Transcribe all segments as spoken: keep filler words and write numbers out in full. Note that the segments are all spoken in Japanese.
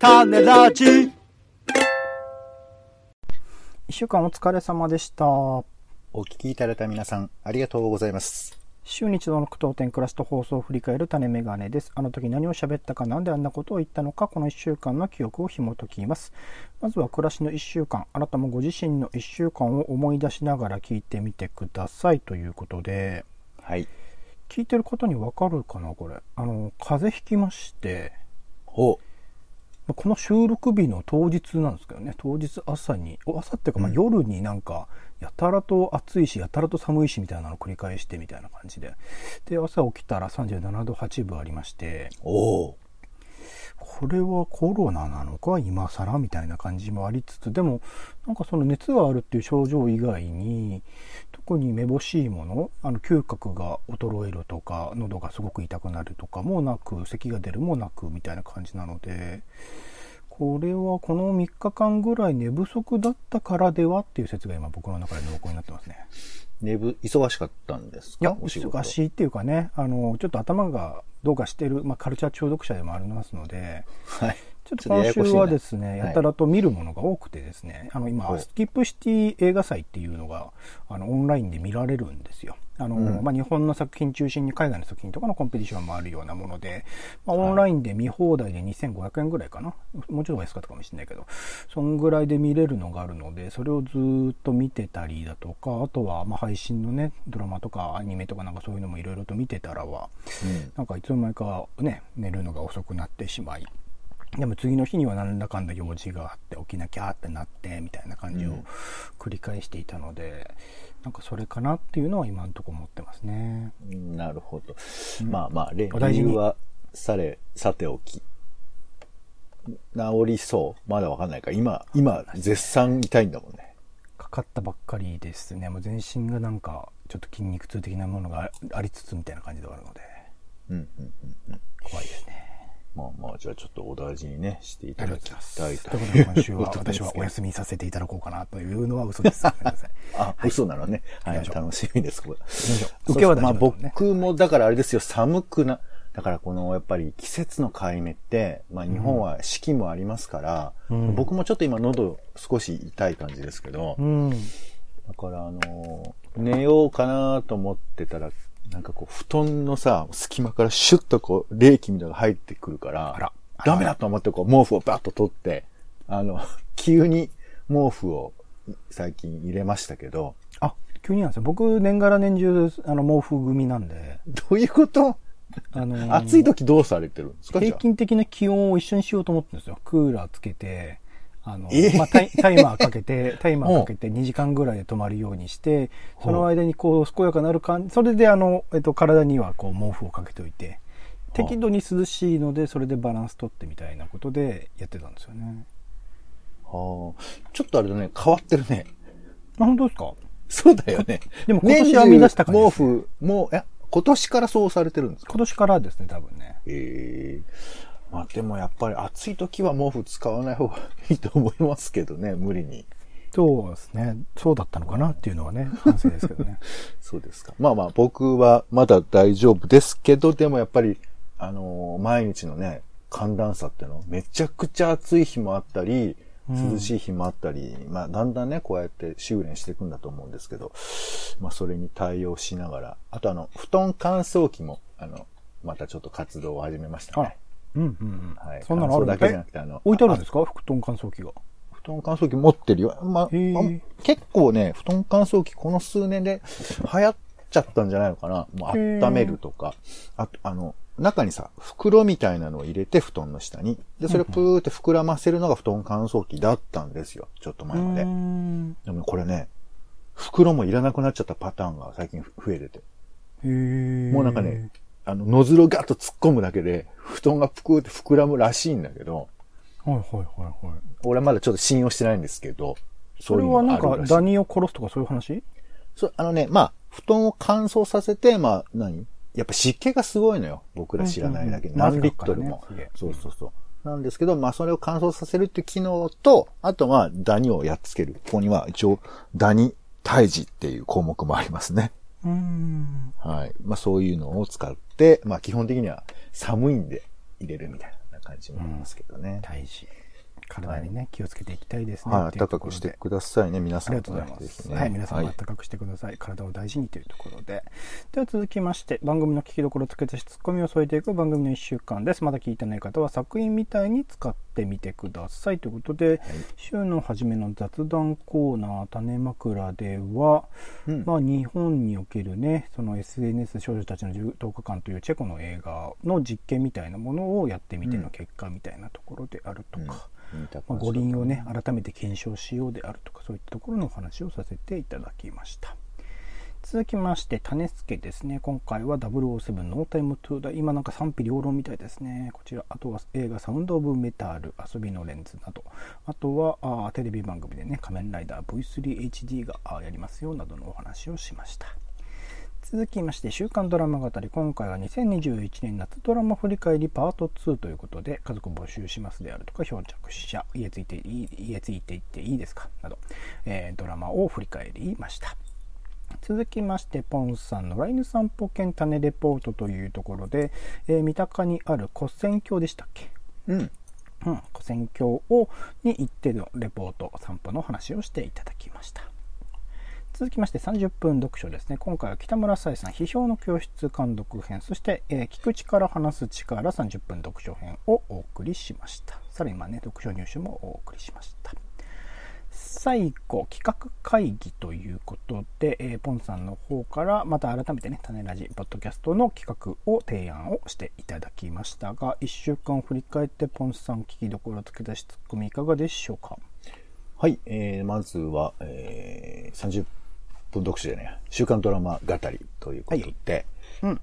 種ラジ。一週間お疲れ様でした。 お聞きいただいた皆さんありがとうございます。 週に一度の句読点クラスと放送を振り返る種メガネです。あの時何を喋ったか、なんであんなことを言ったのか、この一週間の記憶を紐解きます。まずは暮らしの一週間、あなたもご自身の一週間を思い出しながら聞いてみてくださいということで、 はい。 聞いてることにわかるかなこれ。あの、風邪ひきまして、 ほう。 この収録日の当日なんですけどね、当日朝に、朝っていうかまあ夜になんか、やたらと暑いし、やたらと寒いしみたいなのを繰り返してみたいな感じで。で、朝起きたらさんじゅうななどはちぶありまして、 おお。 これはコロナなのか今更みたいな感じもありつつ、でもなんかその熱があるっていう症状以外に特にめぼしいもの、あの嗅覚が衰えるとか喉がすごく痛くなるとかもなく、咳が出るもなくみたいな感じなので、これはこのみっかかんぐらい寝不足だったからではっていう説が今僕の中で濃厚になってますね。 寝ぶ忙しかったんですか？ いや、忙しいっていうかね、あのちょっと頭がどうかしてる、まあ、カルチャー中毒者でもありますので、 はい、 ちょっと今週はですね、やたらと見るものが多くてですね、あの今スキップシティ映画祭っていうのがあのオンラインで見られるんですよ。あの、うん、まあ、日本の作品中心に海外の作品とかのコンペティションもあるようなもので、まあ、オンラインで見放題でにせんごひゃくえんぐらいかな、もうちょっと安かったかもしれないけど、そんぐらいで見れるのがあるので、それをずっと見てたりだとか、あとはまあ配信のねドラマとかアニメとかなんかそういうのもいろいろと見てたらは、うん、なんかいつの間にかね寝るのが遅くなってしまい、でも次の日には何らかんだ用事があって起きなきゃってなってみたいな感じを繰り返していたので、うん、なんかそれかなっていうのは今のところ思ってますね。 なるほど、 うん、 まあまあ理由はされさておき、治りそう、まだわかんないから、今今絶賛痛いんだもんね。 かかったばっかりですね。もう全身がなんかちょっと筋肉痛的なものがありつつみたいな感じではあるので、 うんうんうんうん、 怖いですね。 まあまあ、じゃあちょっとお大事にね、していただきたいと。 ということで今週は私はお休みさせていただこうかなというのは嘘です。あ、 はい、嘘なのね。はい、楽しみです。これ。 受けは大丈夫、ね。 まあ僕もだからあれですよ、寒くな、だからこのやっぱり季節の変わり目って、まあ日本は四季もありますから、うん、僕もちょっと今喉少し痛い感じですけど、うん、だからあの、寝ようかなと思ってたら、なんかこう、布団のさ、隙間からシュッとこう、冷気みたいなのが入ってくるから、あらあらダメだと思ってこう、毛布をバッと取って、あの、急に毛布を最近入れましたけど。 あ、急になんですよ。僕、年がら年中、あの、毛布組なんで。 どういうこと？あのー、暑い時どうされてるんですか？ 平均的な気温を一緒にしようと思ってるんですよ。クーラーつけて、あの、えーまあ、タイ、タイマーかけて、タイマーかけてにじかんぐらいで止まるようにして、その間にこう、健やかなる感じ、それであの、えっと、体にはこう、毛布をかけておいて、適度に涼しいので、それでバランス取ってみたいなことでやってたんですよね。 はあ。ちょっとあれだね、変わってるね。 あ、本当ですか？ そうだよね。 でも今年編み出したから、 ね、毛布、もう、え、今年からそうされてるんですか？ 今年からですね、多分ね。 へえ。まあでもやっぱり暑い時は毛布使わない方がいいと思いますけどね、無理に。 そうですね。そうだったのかなっていうのはね、反省ですけどね。 そうですか。まあまあ僕はまだ大丈夫ですけど、でもやっぱり、あのー、毎日のね、寒暖差っていうの、めちゃくちゃ暑い日もあったり、涼しい日もあったり、うん、まあだんだんね、こうやって修練していくんだと思うんですけど、まあそれに対応しながら、あとあの、布団乾燥機も、あの、またちょっと活動を始めましたね。 うんうんうん。 はい。 そんなのあるんだけじゃなくて、あの、置いてあるんですか？布団乾燥機が。 布団乾燥機持ってるよ。まあ、結構ね、布団乾燥機この数年で流行っちゃったんじゃないのかな。もう温めるとか。あと、あの、中にさ、袋みたいなのを入れて布団の下に。で、それをプーって膨らませるのが布団乾燥機だったんですよ。ちょっと前まで。でもこれね、袋もいらなくなっちゃったパターンが最近増えてて。 へー。 もうなんかね、あの、ノズルをガッと突っ込むだけで、布団がぷくーって膨らむらしいんだけど。 はいはいはいはい。 俺はまだちょっと信用してないんですけど。 それはなんか、ダニを殺すとかそういう話？ そう、あのね、まあ、布団を乾燥させて、まあ、何？やっぱ湿気がすごいのよ。僕ら知らないだけで。うんうん、何リットルも。ね、そうそうそう。なんですけど、まあ、それを乾燥させるっていう機能と、あとは、ダニをやっつける。ここには一応、ダニ退治っていう項目もありますね。 うーん。 はい。まあ、そういうのを使って、まあ、基本的には寒いんで入れるみたいな感感じもありますけどね。 うん、大事。体にね、はい、気をつけていきたいですね。 はい、暖かくしてくださいね、皆さん。 ありがとうございます。ね、はい、皆さんも暖かくしてください。はい、体を大事にというところで。では続きまして、番組の聞きどころをつけたし、ツッコミを添えていく番組のいっしゅうかんです。まだ聞いてない方は作品みたいに使ってみてください。ということで、はい、週の初めの雑談コーナー、種枕では、うん、まあ日本におけるね、その エスエヌエス 少女たちのとおかかんというチェコの映画の実験みたいなものをやってみての結果みたいなところであるとか、うんまあ、五輪をね改めて検証しようであるとかそういったところのお話をさせていただきました。続きまして種付けですね。今回はダブルオーセブンノータイムトゥーダイ、今なんか賛否両論みたいですね。こちらあとは映画サウンドオブメタル、遊びのレンズなど、あとはあテレビ番組でね仮面ライダー ブイスリーエイチディー がやりますよなどのお話をしました。続きまして週刊ドラマ語り、今回はにせんにじゅういちねん夏ドラマ振り返りパートツーということで、家族募集しますであるとか、漂着者、家ついていい、家ついていっていいですかなど、えー、ドラマを振り返りました。続きましてポンさんのライヌ散歩兼種レポートというところで、えー、三鷹にある古戦橋でしたっけ、うんうん、古戦橋をに行ってのレポート散歩の話をしていただきました。続きましてさんじゅっぷん読書ですね。今回は北村沙絵さん批評の教室監読編、そして、えー、聞く力話す力さんじゅっぷん読書編をお送りしました。さらに今ね読書入手もお送りしました。最後企画会議ということで、えー、ポンさんの方からまた改めてね種ラジポッドキャストの企画を提案をしていただきましたが、いっしゅうかんを振り返ってポンさん聞きどころつけ出しツッコミいかがでしょうか。 はい、えー、まずは、えー、さんじゅっぷん読書じゃないや週刊ドラマ語りということで、はいうん、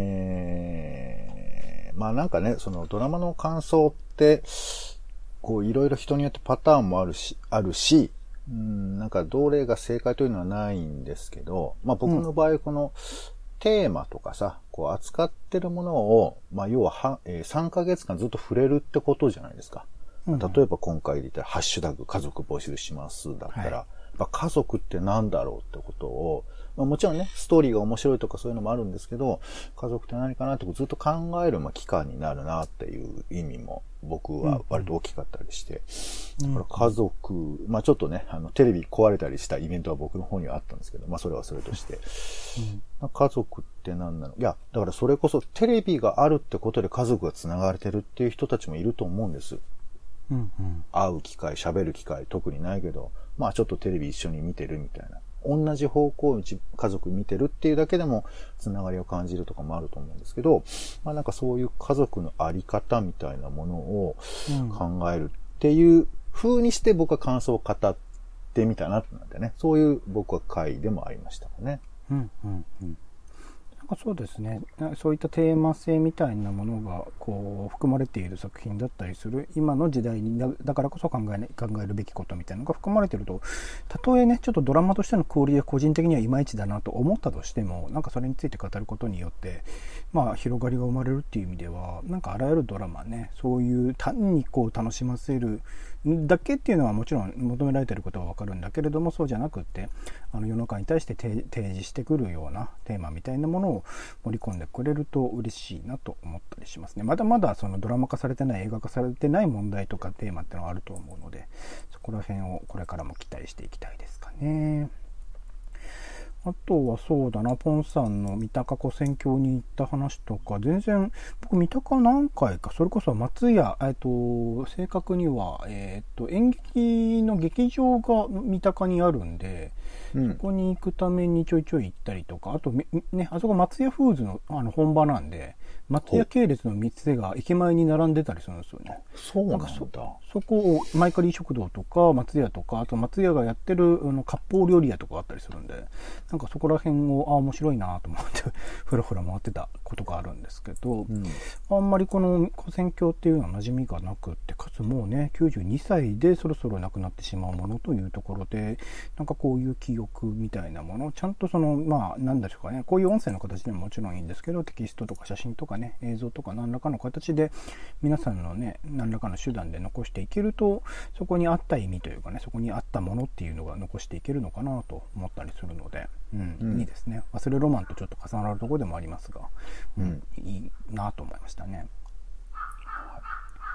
えー、まあなんかねそのドラマの感想ってこういろいろ人によってパターンもあるしあるし、うんなんかどれが正解というのはないんですけど、まあ僕の場合このテーマとかさこう扱ってるものをまあ要はは、えー、さんかげつかんずっと触れるってことじゃないですか。例えば今回で言ったらハッシュタグ家族募集しますだったら、はいまあ、家族ってなんだろうってことを、まあ、もちろんねストーリーが面白いとかそういうのもあるんですけど、家族って何かなってずっと考える、まあ、期間になるなっていう意味も僕は割と大きかったりして、うん、だから家族、まあちょっとねあのテレビ壊れたりしたイベントは僕の方にはあったんですけど、まあそれはそれとして、うん、家族って何なの、いやだからそれこそテレビがあるってことで家族がつながれてるっていう人たちもいると思うんです。うんうん、会う機会、喋る機会特にないけど、まあちょっとテレビ一緒に見てるみたいな。同じ方向を家族見てるっていうだけでもつながりを感じるとかもあると思うんですけど、まあなんかそういう家族のあり方みたいなものを考えるっていう風にして僕は感想を語ってみたなってなんでね、そういう僕は回でもありましたね。うんうんうんそうですね、そういったテーマ性みたいなものがこう含まれている作品だったりする今の時代に だ, だからこそ考 え,、ね、考えるべきことみたいなのが含まれていると、たとえねちょっとドラマとしてのクオリティは個人的にはいまいちだなと思ったとしても、なんかそれについて語ることによってまあ広がりが生まれるっていう意味では、なんかあらゆるドラマね、そういう単にこう楽しませるだけっていうのはもちろん求められていることは分かるんだけれども、そうじゃなくってあの世の中に対して提示してくるようなテーマみたいなものを盛り込んでくれると嬉しいなと思ったりしますね。まだまだそのドラマ化されてない映画化されてない問題とかテーマっていうのがあると思うので、そこら辺をこれからも期待していきたいですかね。あとはそうだな、ポンさんの三鷹古戦橋に行った話とか、全然僕三鷹何回か、それこそ松屋、えっと正確には、えっと演劇の劇場が三鷹にあるんで、うん、そこに行くためにちょいちょい行ったりとか、あとね、あそこ松屋フーズの、あの本場なんで、松屋系列の店が駅前に並んでたりするんですよね。 そうなんだ。 そ, そこをマイカリー食堂とか松屋とか、あと松屋がやってるあの割烹料理屋とかあったりするんで、なんかそこら辺をあ面白いなと思ってふらふら回ってたことがあるんですけど、うん、あんまりこの古戦橋っていうのは馴染みがなくって、かつもうねきゅうじゅうにさいでそろそろ亡くなってしまうものというところで、なんかこういう記憶みたいなものをちゃんとそのまあなんでしょうかね、こういう音声の形でももちろんいいんですけど、テキストとか写真とかね映像とか何らかの形で皆さんのね何らかの手段で残していけると、そこにあった意味というかね、そこにあったものっていうのが残していけるのかなと思ったりするので、うんうん、いいですね。忘れロマンとちょっと重なるところでもありますが、うん、いいなと思いましたね。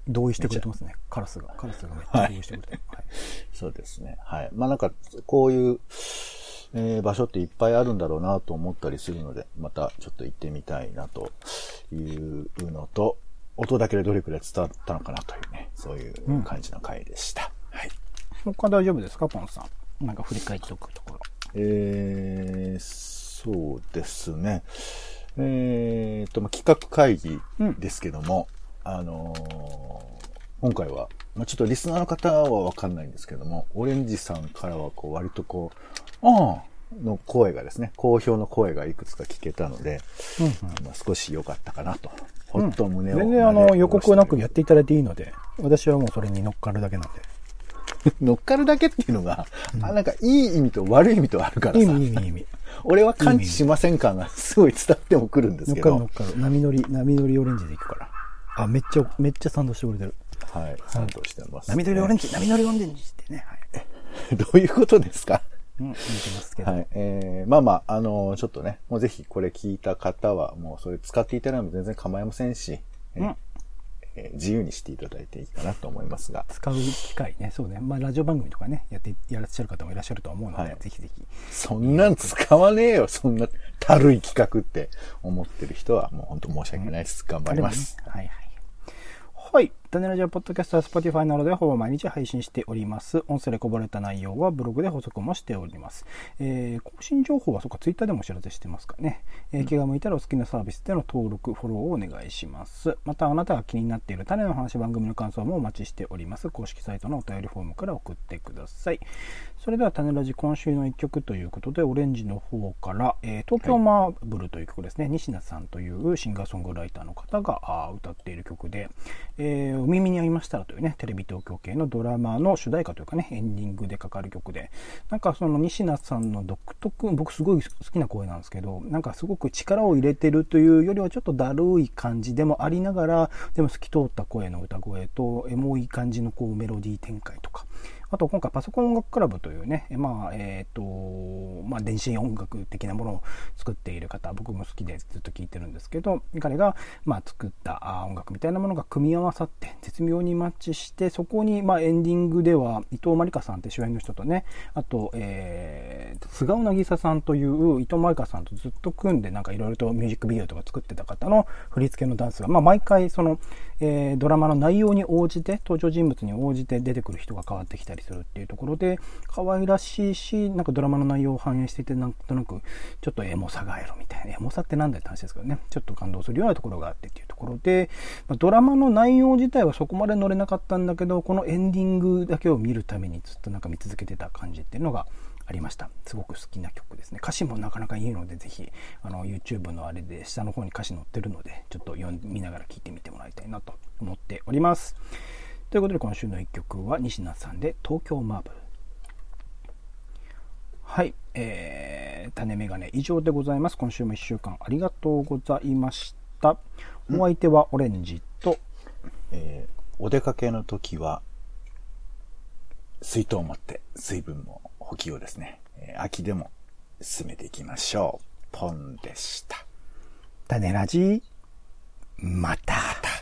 同意してくれてますね。カラスが。カラスがめっちゃ同意してくれてる。はい。はい、 そうですね。はい。まあなんか、こういう、えー、場所っていっぱいあるんだろうなと思ったりするので、またちょっと行ってみたいなというのと、音だけでどれくらい伝わったのかなというね、そういう感じの回でした。うん、はい。 他大丈夫ですか、ポンさん。なんか振り返っておくところ。 えー、そうですね。えーと、まあ、企画会議ですけども、うん、あのー、今回は、まあ、ちょっとリスナーの方はわかんないんですけども、オレンジさんからはこう割とこう、ああの声がですね、好評の声がいくつか聞けたので、うんうんまあ、少し良かったかなと。ほっと胸を、うん。 全然あの予告なくやっていただいていいので、私はもうそれに乗っかるだけなんで。 乗っかるだけっていうのが、うん、あなんかいい意味と悪い意味とあるからさ。 いい意味、いい意味、いい意味。 俺は感知しません感がすごい伝わってもくるんですけど。 乗っかる乗っかる。波乗り、波乗りオレンジでいくから。あ、めっちゃ、めっちゃ賛同してくれてる。 はい、賛同してます、 ね。波乗りオレンジ、波乗りオレンジってね。はい、 どういうことですか？ うん、見てますけど。 はい。えー、まあまあ、あのー、ちょっとね、もうぜひこれ聞いた方は、もうそれ使っていただいても全然構いませんし、うんえー、自由にしていただいていいかなと思いますが。 使う機会ね、そうね。まあ、ラジオ番組とかね、やって、やらっしゃる方もいらっしゃると思うので、はい、ぜひぜひ。 そんなん使わねえよ、そんな、たるい企画って思ってる人は、もう本当申し訳ないです。頑張ります。 ね、はいはい。はい。種ラジオポッドキャストは Spotify などでほぼ毎日配信しております。音声でこぼれた内容はブログで補足もしております。えー、更新情報はそっか Twitter でもお知らせしてますかね。えー、気が向いたらお好きなサービスでの登録、フォローをお願いします。またあなたが気になっている種の話番組の感想もお待ちしております。公式サイトのお便りフォームから送ってください。それでは種ラジ今週の一曲ということで、オレンジの方から、えー、東京マーブルという曲ですね。はい、西名さんというシンガーソングライターの方が歌っている曲で、えー、お耳に合いましたらというね、テレビ東京系のドラマの主題歌というかね、エンディングでかかる曲で、なんかその西名さんの独特、僕すごい好きな声なんですけど、なんかすごく力を入れてるというよりはちょっとだるい感じでもありながら、でも透き通った声の歌声と、エモい感じのこうメロディー展開とか、あと今回パソコン音楽クラブというね、まあ、えっと、まあ電子音楽的なものを作っている方、僕も好きでずっと聴いてるんですけど、彼がまあ作った音楽みたいなものが組み合わさって絶妙にマッチして、そこにまあエンディングでは伊藤まりかさんって主演の人とね、あと、えー、菅尾渚さんという伊藤まりかさんとずっと組んでなんかいろいろとミュージックビデオとか作ってた方の振り付けのダンスが、まあ毎回その、えー、ドラマの内容に応じて、登場人物に応じて出てくる人が変わってきたりするっていうところで可愛らしいし、なんかドラマの内容を反映していて、なんとなくちょっとエモさがあるみたいな、エモさってなんだって話ですけどね、ちょっと感動するようなところがあってっていうところで、まあ、ドラマの内容自体はそこまで乗れなかったんだけど、このエンディングだけを見るためにずっとなんか見続けてた感じっていうのがありました。すごく好きな曲ですね。歌詞もなかなかいいので、ぜひあの YouTube のあれで下の方に歌詞載ってるので、ちょっと読ん見ながら聴いてみてもらいたいなと思っております。ということで今週の一曲は西名さんで東京マーブル。はい、えー、種メガネ以上でございます。今週もいっしゅうかんありがとうございました。お相手はオレンジと、 えー、お出かけの時は水筒を持って水分も補給をですね、えー、秋でも進めていきましょう。ポンでした。 種ラジまた。